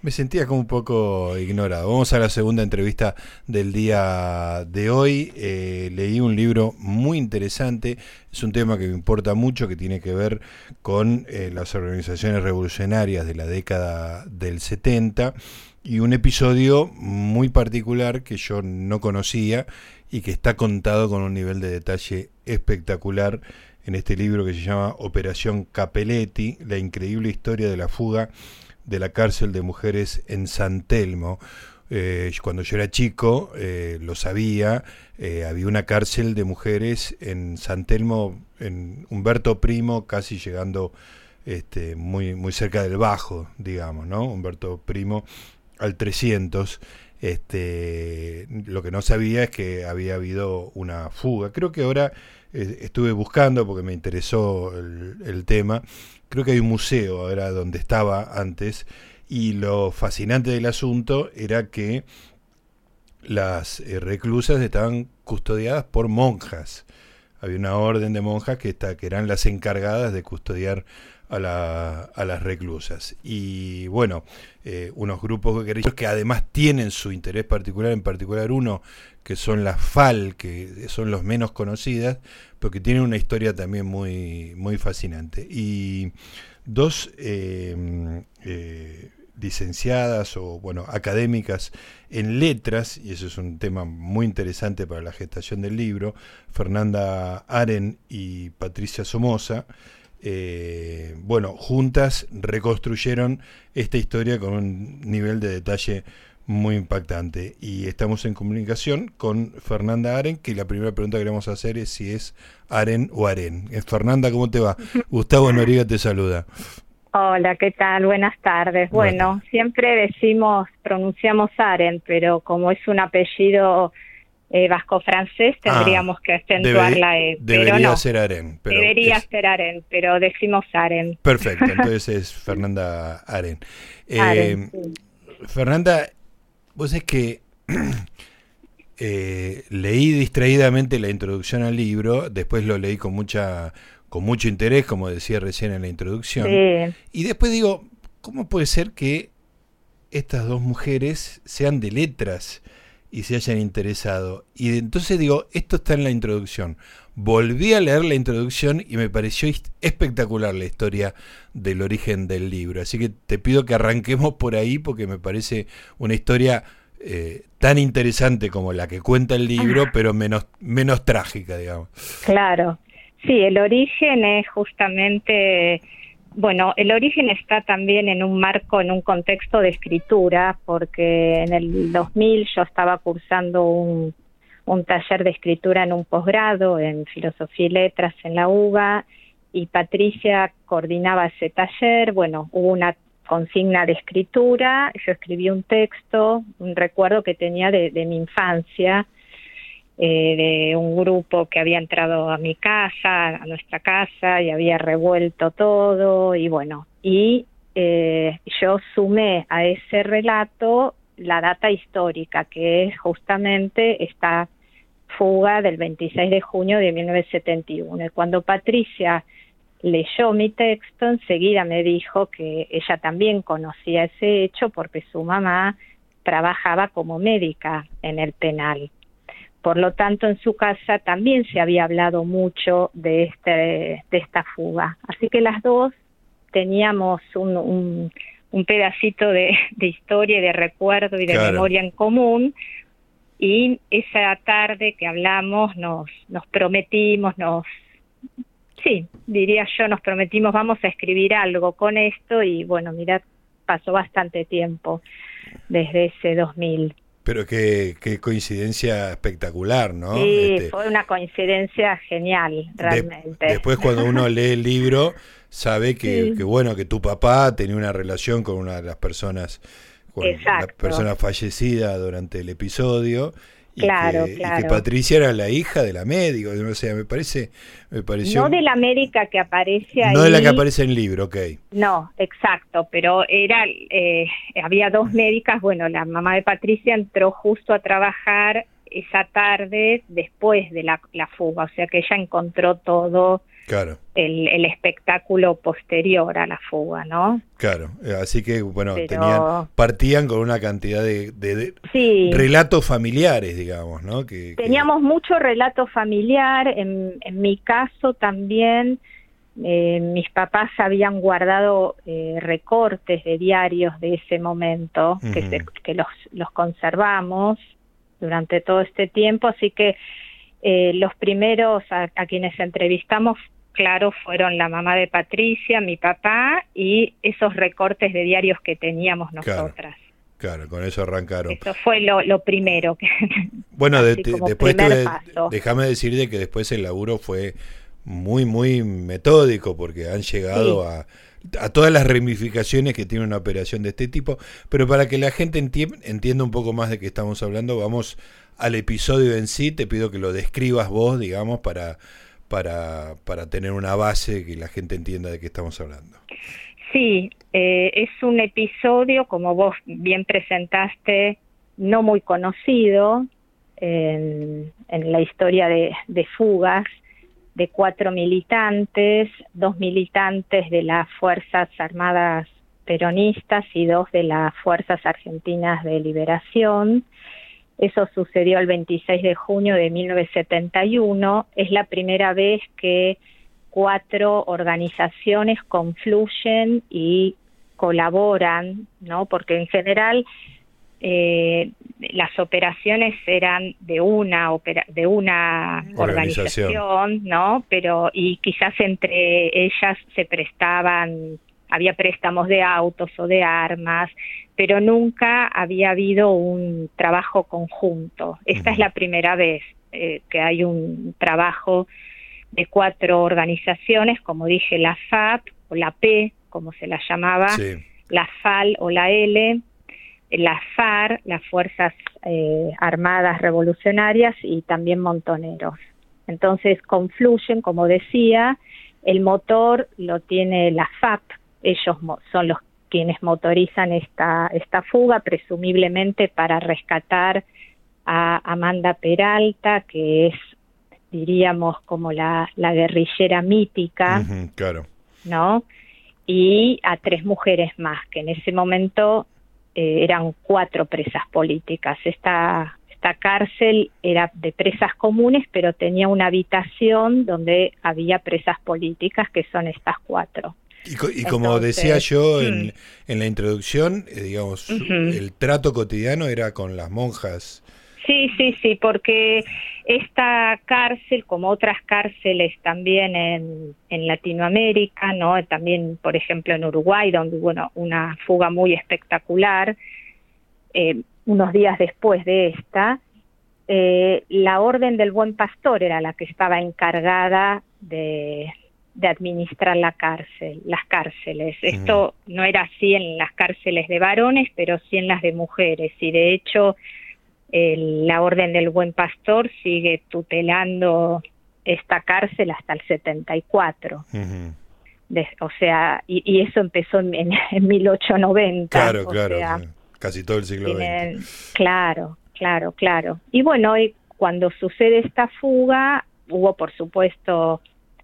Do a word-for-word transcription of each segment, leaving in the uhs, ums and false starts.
Me sentía como un poco ignorado. Vamos a la segunda entrevista del día de hoy. Eh, leí un libro muy interesante. Es un tema que me importa mucho, que tiene que ver con eh, las organizaciones revolucionarias de la década del setenta y un episodio muy particular que yo no conocía y que está contado con un nivel de detalle espectacular en este libro que se llama Operación Cappelletti, la increíble historia de la fuga de la cárcel de mujeres en San Telmo. Eh, cuando yo era chico, eh, lo sabía, eh, había una cárcel de mujeres en San Telmo, en Humberto Primo, casi llegando este, muy, muy cerca del Bajo, digamos, ¿no? Humberto Primo al trescientos. Este, lo que no sabía es que había habido una fuga. Creo que ahora eh, estuve buscando porque me interesó el, el tema. Creo que hay un museo ahora donde estaba antes, y lo fascinante del asunto era que las eh, reclusas estaban custodiadas por monjas. Había una orden de monjas que, está, que eran las encargadas de custodiar a, la, a las reclusas. Y bueno, eh, unos grupos guerrilleros que además tienen su interés particular, en particular uno que son las F A L, que son los menos conocidas, pero que tienen una historia también muy, muy fascinante. Y dos eh, eh, licenciadas o bueno académicas en letras, y eso es un tema muy interesante para la gestación del libro, Fernanda Aren y Patricia Somoza, eh, bueno, juntas reconstruyeron esta historia con un nivel de detalle muy impactante. Y estamos en comunicación con Fernanda Aren, que la primera pregunta que le vamos a hacer es si es Aren o Aren. Eh, Fernanda, ¿cómo te va? Gustavo Noriega te saluda. Hola, ¿qué tal? Buenas tardes. Bueno, bueno, siempre decimos, pronunciamos Aren, pero como es un apellido eh, vasco-francés, tendríamos ah, que acentuar la E. Debería pero no, ser Aren. Pero debería es... ser Aren, pero decimos Aren. Perfecto, entonces es Fernanda Aren. Eh, Aren, sí. Fernanda, vos es que eh, leí distraídamente la introducción al libro, después lo leí con mucha con mucho interés, como decía recién en la introducción, sí. Y después digo, ¿cómo puede ser que estas dos mujeres sean de letras y se hayan interesado? Y entonces digo, esto está en la introducción. Volví a leer la introducción y me pareció espectacular la historia del origen del libro. Así que te pido que arranquemos por ahí porque me parece una historia eh, tan interesante como la que cuenta el libro, pero menos, menos trágica, digamos. Claro. Sí, el origen es justamente... Bueno, el origen está también en un marco, en un contexto de escritura, porque en el dos mil yo estaba cursando un, un taller de escritura en un posgrado en Filosofía y Letras en la UBA, y Patricia coordinaba ese taller. Bueno, hubo una consigna de escritura, yo escribí un texto, un recuerdo que tenía de, de mi infancia, Eh, de un grupo que había entrado a mi casa, a nuestra casa, y había revuelto todo, y bueno, y eh, yo sumé a ese relato la data histórica, que es justamente esta fuga del veintiséis de junio de mil novecientos setenta y uno. Y cuando Patricia leyó mi texto, enseguida me dijo que ella también conocía ese hecho porque su mamá trabajaba como médica en el penal. Por lo tanto, en su casa también se había hablado mucho de este de esta fuga. Así que las dos teníamos un, un, un pedacito de, de historia y de recuerdo y de claro. memoria en común. Y esa tarde que hablamos nos, nos prometimos, nos sí, diría yo, nos prometimos vamos a escribir algo con esto. Y bueno, mirad, pasó bastante tiempo desde ese dos mil. Pero qué, qué coincidencia espectacular, ¿no? Sí, este, fue una coincidencia genial, realmente. De, después cuando uno lee el libro, sabe que, sí. que bueno, que tu papá tenía una relación con una de las personas, con la persona fallecida durante el episodio. Y, claro, que, claro. y que Patricia era la hija de la médica, o sea, me parece, me pareció... No de la médica que aparece ahí. No de la que aparece en el libro, ok. No, exacto, pero era, eh, había dos médicas, bueno, la mamá de Patricia entró justo a trabajar esa tarde después de la, la fuga, o sea que ella encontró todo claro. el, el espectáculo posterior a la fuga, ¿no? Claro, así que bueno, Pero, tenían partían con una cantidad de, de, de sí, relatos familiares, digamos, ¿no? Que, teníamos que... mucho relato familiar, en, en mi caso también. Eh, mis papás habían guardado eh, recortes de diarios de ese momento, uh-huh. que, se, que los, los conservamos durante todo este tiempo, así que eh, los primeros a, a quienes entrevistamos, claro, fueron la mamá de Patricia, mi papá, y esos recortes de diarios que teníamos nosotras. Claro, claro, con eso arrancaron. Eso fue lo, lo primero. Que, bueno, de, de, después tuve, déjame decirte que después el laburo fue muy, muy metódico, porque han llegado sí. a, a todas las ramificaciones que tiene una operación de este tipo, pero para que la gente enti- entienda un poco más de qué estamos hablando, vamos al episodio en sí. Te pido que lo describas vos, digamos, para, para, para tener una base, que la gente entienda de qué estamos hablando. Sí, eh, es un episodio, como vos bien presentaste, no muy conocido en, en la historia de, de fugas, de cuatro militantes, dos militantes de las Fuerzas Armadas Peronistas y dos de las Fuerzas Argentinas de Liberación. Eso sucedió el veintiséis de junio de mil novecientos setenta y uno. Es la primera vez que cuatro organizaciones confluyen y colaboran, ¿no? Porque en general eh, las operaciones eran de una opera, de una organización. organización, ¿no? Pero y quizás entre ellas se prestaban, había préstamos de autos o de armas, pero nunca había habido un trabajo conjunto. Esta uh-huh. es la primera vez eh, que hay un trabajo de cuatro organizaciones, como dije, la F A P o la P, como se la llamaba, sí. la F A L o la L, la F A R, las Fuerzas eh, Armadas Revolucionarias, y también Montoneros. Entonces confluyen, como decía, el motor lo tiene la F A P, ellos mo- son los quienes motorizan esta, esta fuga, presumiblemente para rescatar a Amanda Peralta, que es, diríamos, como la, la guerrillera mítica, uh-huh, claro. ¿no? Y a tres mujeres más, que en ese momento eh, eran cuatro presas políticas. Esta, esta cárcel era de presas comunes, pero tenía una habitación donde había presas políticas, que son estas cuatro. Y, co- y como Entonces, decía yo en, hmm. en la introducción, eh, digamos, uh-huh. el trato cotidiano era con las monjas. Sí, sí, sí, porque esta cárcel, como otras cárceles también en, en Latinoamérica, ¿no? También, por ejemplo, en Uruguay, donde hubo bueno, una fuga muy espectacular, eh, unos días después de esta, eh, la Orden del Buen Pastor era la que estaba encargada de, de administrar la cárcel, las cárceles. Uh-huh. Esto no era así en las cárceles de varones, pero sí en las de mujeres, y de hecho El, la Orden del Buen Pastor sigue tutelando esta cárcel hasta el setenta y cuatro. Uh-huh. De, o sea, y, y eso empezó en, en, en mil ochocientos noventa. Claro, o claro, sea, sí. Casi todo el siglo tienen, veinte. Claro, claro, claro. Y bueno, y cuando sucede esta fuga, hubo por supuesto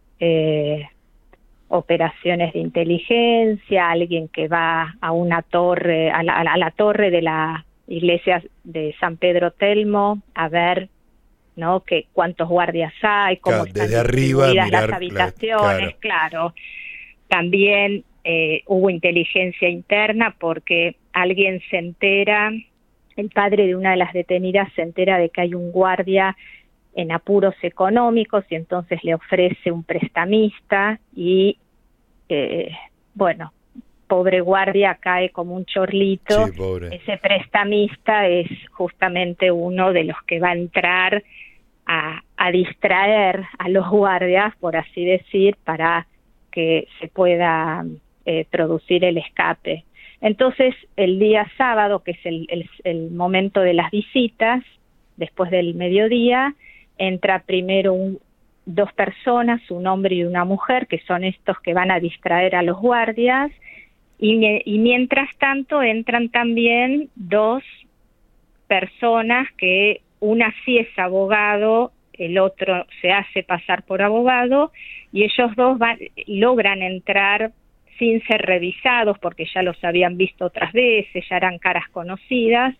eh, operaciones de inteligencia, alguien que va a una torre, a la, a la, a la torre de la Iglesia de San Pedro Telmo, a ver, ¿no? Que cuántos guardias hay, cómo claro, están desde arriba, distribuidas mirar, las habitaciones, claro. claro. También eh, hubo inteligencia interna porque alguien se entera, el padre de una de las detenidas se entera de que hay un guardia en apuros económicos y entonces le ofrece un prestamista y, eh, bueno, pobre guardia cae como un chorlito. Sí, pobre. Ese prestamista es justamente uno de los que va a entrar a, a distraer a los guardias, por así decir, para que se pueda eh, producir el escape. Entonces, el día sábado, que es el, el, el momento de las visitas, después del mediodía, entra primero un, dos personas, un hombre y una mujer, que son estos que van a distraer a los guardias. Y, y mientras tanto entran también dos personas que una sí es abogado, el otro se hace pasar por abogado, y ellos dos van, logran entrar sin ser revisados, porque ya los habían visto otras veces, ya eran caras conocidas,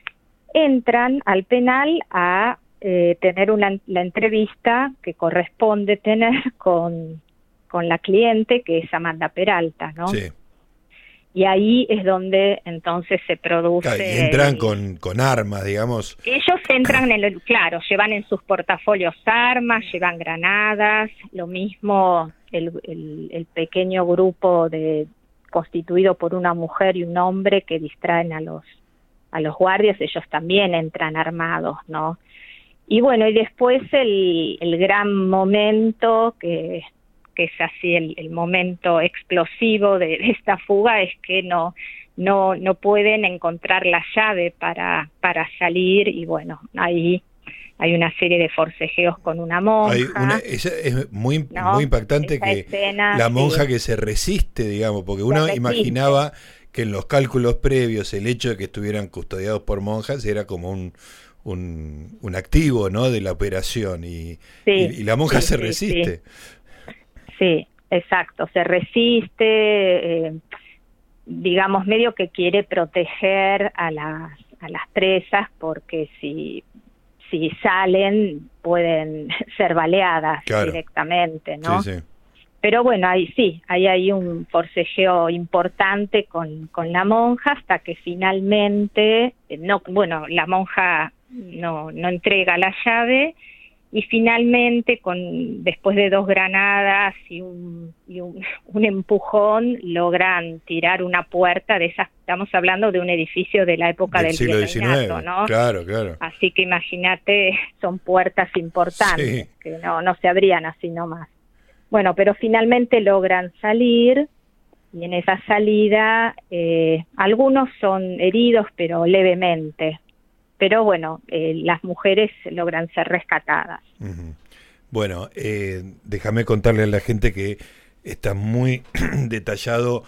entran al penal a eh, tener una, la entrevista que corresponde tener con, con la cliente, que es Amanda Peralta, ¿no? Sí. Y ahí es donde entonces se produce... Claro, y entran el, con, con armas, digamos. Ellos entran en el... Claro, llevan en sus portafolios armas, llevan granadas, lo mismo el, el, el pequeño grupo de constituido por una mujer y un hombre que distraen a los a los guardias, ellos también entran armados, ¿no? Y bueno, y después el, el gran momento que... que es así el, el momento explosivo de, de esta fuga, es que no no no pueden encontrar la llave para para salir, y bueno, ahí hay una serie de forcejeos con una monja. Hay una, es, es muy, ¿no? muy impactante Esa que escena, la monja sí. que se resiste, digamos, porque uno resiste. imaginaba que en los cálculos previos el hecho de que estuvieran custodiados por monjas era como un un, un activo, ¿no?, de la operación, y, Sí, y, y la monja sí, se sí, resiste. Sí. Sí, exacto, se resiste, eh, digamos, medio que quiere proteger a las a las presas, porque si si salen pueden ser baleadas, claro, directamente, ¿no? Sí, sí. Pero bueno, ahí sí, ahí hay un forcejeo importante con, con la monja, hasta que finalmente, no, bueno, la monja no, no entrega la llave, y finalmente, con después de dos granadas y un, y un, un empujón, logran tirar una puerta de esas. Estamos hablando de un edificio de la época del, del siglo diecinueve, ¿no? Claro, claro. Así que imagínate, son puertas importantes, sí, que no, no se abrían así nomás. Bueno, pero finalmente logran salir, y en esa salida eh, algunos son heridos, pero levemente. Pero bueno, eh, las mujeres logran ser rescatadas. Uh-huh. Bueno, eh, déjame contarle a la gente que está muy detallado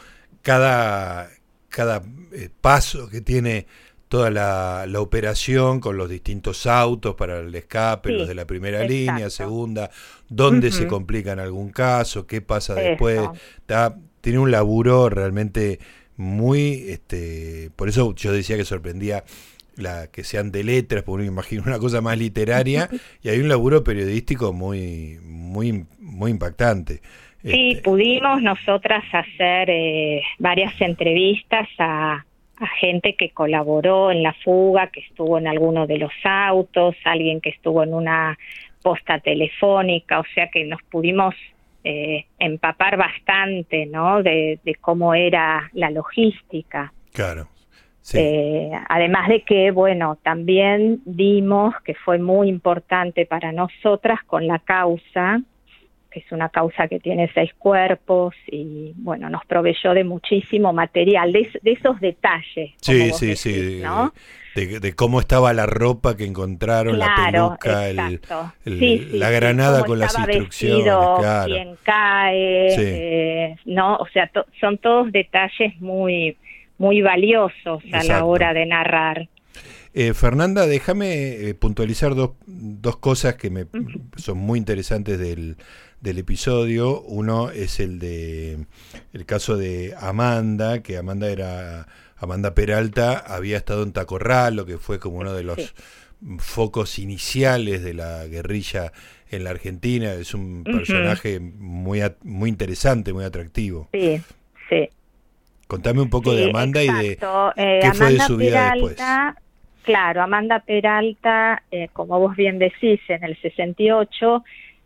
cada, cada eh, paso que tiene toda la, la operación, con los distintos autos para el escape, sí, los de la primera exacto. línea, segunda, dónde uh-huh. se complica en algún caso, qué pasa después. Está, tiene un laburo realmente muy, este, por eso yo decía que sorprendía la que sean de letras, porque uno imagina una cosa más literaria, y hay un laburo periodístico muy muy muy impactante. Sí, este... pudimos nosotras hacer eh, varias entrevistas a, a gente que colaboró en la fuga, que estuvo en alguno de los autos, alguien que estuvo en una posta telefónica, o sea que nos pudimos eh, empapar bastante, ¿no?, de, de cómo era la logística. Claro. Sí. Eh, además de que, bueno, también vimos que fue muy importante para nosotras con la causa, que es una causa que tiene seis cuerpos, y bueno, nos proveyó de muchísimo material, de, de esos detalles. Sí, sí, decís, sí, ¿no? de, de, de cómo estaba la ropa que encontraron, claro, la peluca, el, el, sí, sí, la granada sí, con las instrucciones. Vestido, claro. Quién cae, sí. eh, ¿no? O sea, to, son todos detalles muy... muy valiosos a Exacto. la hora de narrar. Eh, Fernanda, déjame eh, puntualizar dos, dos cosas que me uh-huh. son muy interesantes del, del episodio. Uno es el de el caso de Amanda, que Amanda era Amanda Peralta, había estado en Tacorral, lo que fue como uno de los sí. focos iniciales de la guerrilla en la Argentina. Es un uh-huh. personaje muy muy interesante, muy atractivo. Sí, sí. Contame un poco sí, de Amanda exacto. y de eh, qué Amanda fue de su vida Peralta, después. Claro, Amanda Peralta, eh, como vos bien decís, en el sesenta y ocho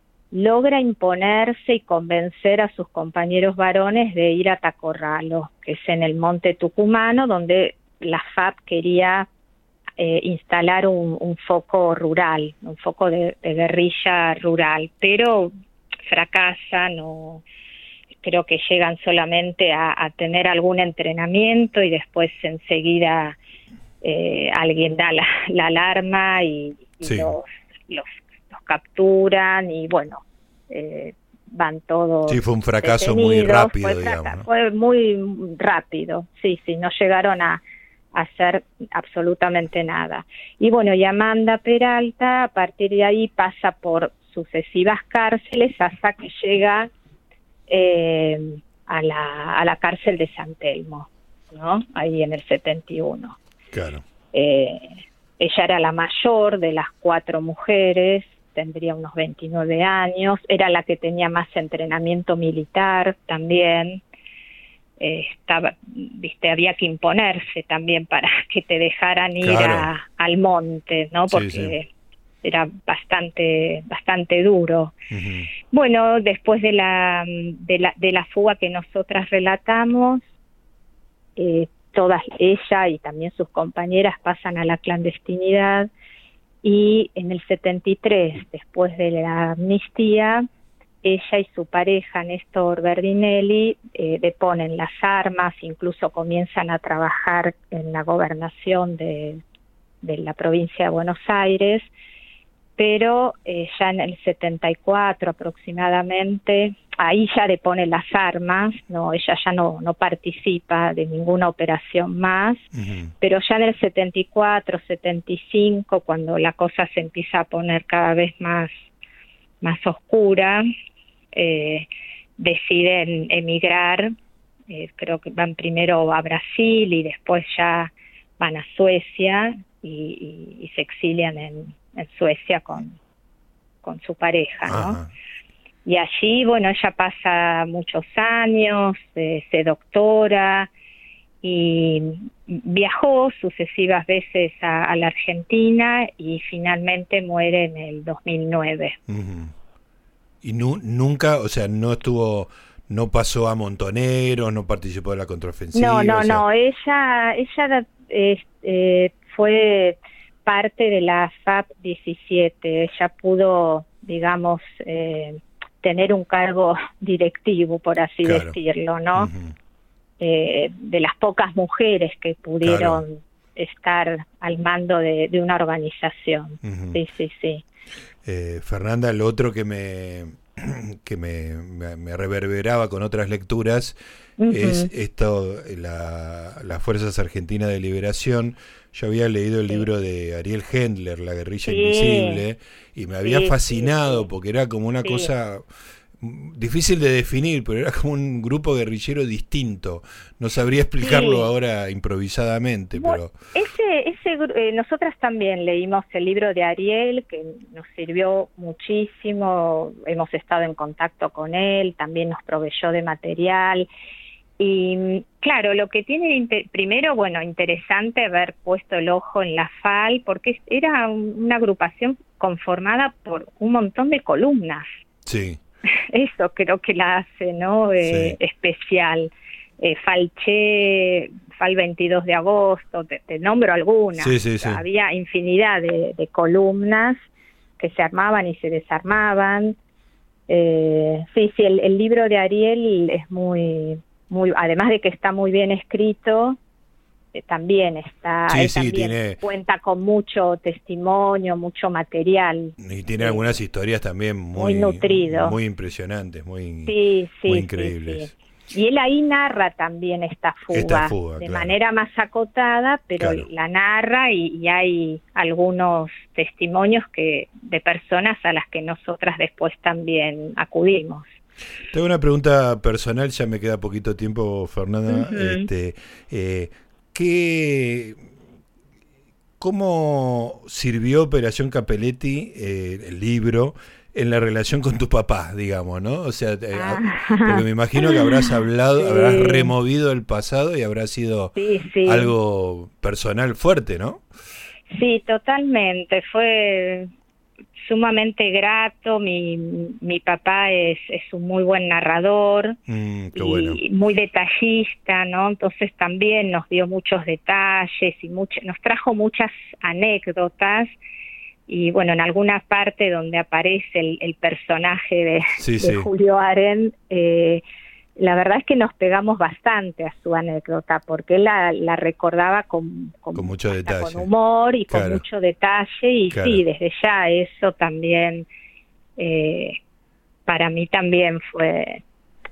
logra imponerse y convencer a sus compañeros varones de ir a Tacorralo, que es en el monte tucumano, donde la F A P quería eh, instalar un, un foco rural, un foco de, de guerrilla rural, pero fracasa, no... creo que llegan solamente a, a tener algún entrenamiento, y después enseguida eh, alguien da la, la alarma y, y sí. los, los, los capturan, y bueno, eh, van todos Sí, fue un fracaso detenidos. muy rápido, fue digamos. Fraca- ¿no? Fue muy rápido, sí, sí, no llegaron a, hacer absolutamente nada. Y bueno, y Amanda Peralta a partir de ahí pasa por sucesivas cárceles hasta que llega eh, a, la, a la cárcel de San Telmo, ¿no? Ahí en el setenta y uno. Claro. Eh, ella era la mayor de las cuatro mujeres, tendría unos veintinueve años, era la que tenía más entrenamiento militar también. Eh, estaba, viste, había que imponerse también para que te dejaran ir claro. a, al monte, ¿no? Porque sí, sí. era bastante, bastante duro. Uh-huh. Bueno, después de la, de la, de la fuga que nosotras relatamos, eh, todas, ella y también sus compañeras pasan a la clandestinidad, y en el setenta y tres, después de la amnistía, ella y su pareja, Néstor Berdinelli, eh, deponen las armas, incluso comienzan a trabajar en la gobernación de, de la provincia de Buenos Aires, pero eh, ya en el setenta y cuatro aproximadamente, ahí ya depone las armas, no, ella ya no, no participa de ninguna operación más, uh-huh. pero ya en el setenta y cuatro, setenta y cinco, cuando la cosa se empieza a poner cada vez más, más oscura, eh, deciden emigrar, eh, creo que van primero a Brasil y después ya van a Suecia y, y, y se exilian en, en Suecia con, con su pareja, ¿no? Ajá. Y allí, bueno, ella pasa muchos años, eh, se doctora y viajó sucesivas veces a, a la Argentina y finalmente muere en el dos mil nueve. Uh-huh. Y nu- nunca, o sea, no estuvo, no pasó a Montoneros, no participó de la contraofensiva. No, no, o sea... no, ella, ella eh, eh, fue parte de la F A P diecisiete, ella pudo, digamos, eh, tener un cargo directivo, por así claro. decirlo, ¿no? Uh-huh. Eh, de las pocas mujeres que pudieron claro. estar al mando de, de una organización. Uh-huh. Sí, sí, sí. Eh, Fernanda, lo otro que me que me, me, me reverberaba con otras lecturas uh-huh. es esto, la, las Fuerzas Argentinas de Liberación. Yo había leído el sí. libro de Ariel Hendler, La guerrilla sí. invisible, y me había sí, fascinado sí, sí. porque era como una sí. cosa difícil de definir, pero era como un grupo guerrillero distinto. No sabría explicarlo sí. ahora improvisadamente, bueno, pero ese ese eh, nosotras también leímos el libro de Ariel, que nos sirvió muchísimo. Hemos estado en contacto con él, también nos proveyó de material. Y claro, lo que tiene inter- primero, bueno, interesante haber puesto el ojo en la F A L, porque era un, una agrupación conformada por un montón de columnas. Sí. Eso creo que la hace, ¿no? Eh, sí. Especial. Eh, Falché, F A L veintidós de agosto, te, te nombro algunas. Sí, sí, sí. Había infinidad de, de columnas que se armaban y se desarmaban. Eh, sí, sí, el, el libro de Ariel es muy... Muy, además de que está muy bien escrito, eh, también está, sí, él sí, también tiene, cuenta con mucho testimonio, mucho material. Y tiene eh, algunas historias también muy, muy nutrido, muy impresionantes, muy, sí, sí, muy increíbles. Sí, sí. Y él ahí narra también esta fuga, esta fuga de claro. manera más acotada, pero claro. la narra y, y hay algunos testimonios que de personas a las que nosotras después también acudimos. Tengo una pregunta personal, ya me queda poquito tiempo, Fernanda. Uh-huh. Este, eh, ¿qué, ¿Cómo sirvió Operación Capelletti, eh, el libro, en la relación con tu papá, digamos, ¿no? O sea, eh, ah. porque me imagino que habrás hablado, sí. habrás removido el pasado y habrá sido sí, sí. algo personal fuerte, ¿no? Sí, totalmente. Fue sumamente grato. Mi mi papá es es un muy buen narrador mm, qué y bueno. muy detallista, ¿no? Entonces también nos dio muchos detalles y mucho, nos trajo muchas anécdotas. Y bueno, en alguna parte donde aparece el, el personaje de, sí, de sí. Julio Aren, eh, la verdad es que nos pegamos bastante a su anécdota, porque él la, la recordaba con, con, con mucho detalle, con humor y claro. con mucho detalle, y claro. sí, desde ya eso también, eh, para mí también fue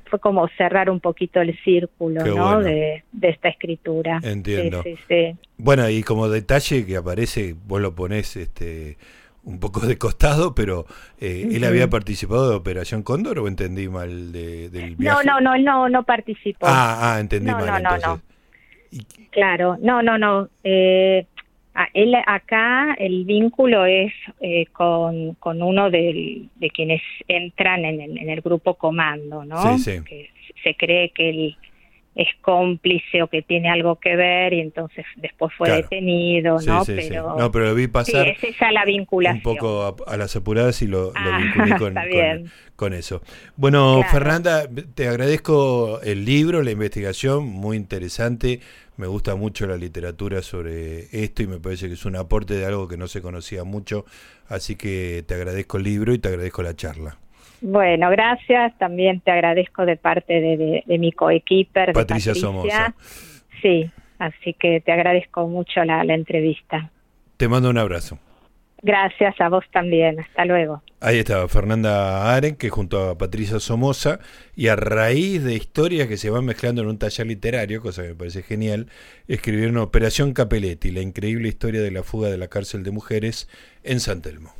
fue como cerrar un poquito el círculo, Qué ¿no? bueno. de, de esta escritura. Entiendo. Sí, sí, sí. Bueno, y como detalle que aparece, vos lo ponés este, un poco de costado, pero eh, ¿él Ujú. había participado de Operación Cóndor o entendí mal de, del No, viaje? no, no, él no, no participó. Ah, ah, entendí No, mal no, no, entonces. no. Y- Claro, no, no, no. Eh, a- él acá el vínculo es eh, con, con uno del- de quienes entran en el, en el grupo comando, ¿no? Sí, sí. Que se cree que él es cómplice o que tiene algo que ver y entonces después fue Claro. detenido, Sí, ¿no? sí, sí. Pero No, pero lo vi sí, pasar es esa la vinculación. un poco a, a las apuradas y lo, lo Ah, vinculé con, está con, bien. con eso. Bueno, Claro. Fernanda, te agradezco el libro, la investigación, muy interesante. Me gusta mucho la literatura sobre esto y me parece que es un aporte de algo que no se conocía mucho. Así que te agradezco el libro y te agradezco la charla. Bueno, gracias. También te agradezco de parte de, de, de mi coequiper, de Patricia Patricia. Somoza. Sí, así que te agradezco mucho la, la entrevista. Te mando un abrazo. Gracias a vos también. Hasta luego. Ahí estaba Fernanda Aren, que junto a Patricia Somoza, y a raíz de historias que se van mezclando en un taller literario, cosa que me parece genial, escribieron Operación Capelletti, la increíble historia de la fuga de la cárcel de mujeres en San Telmo.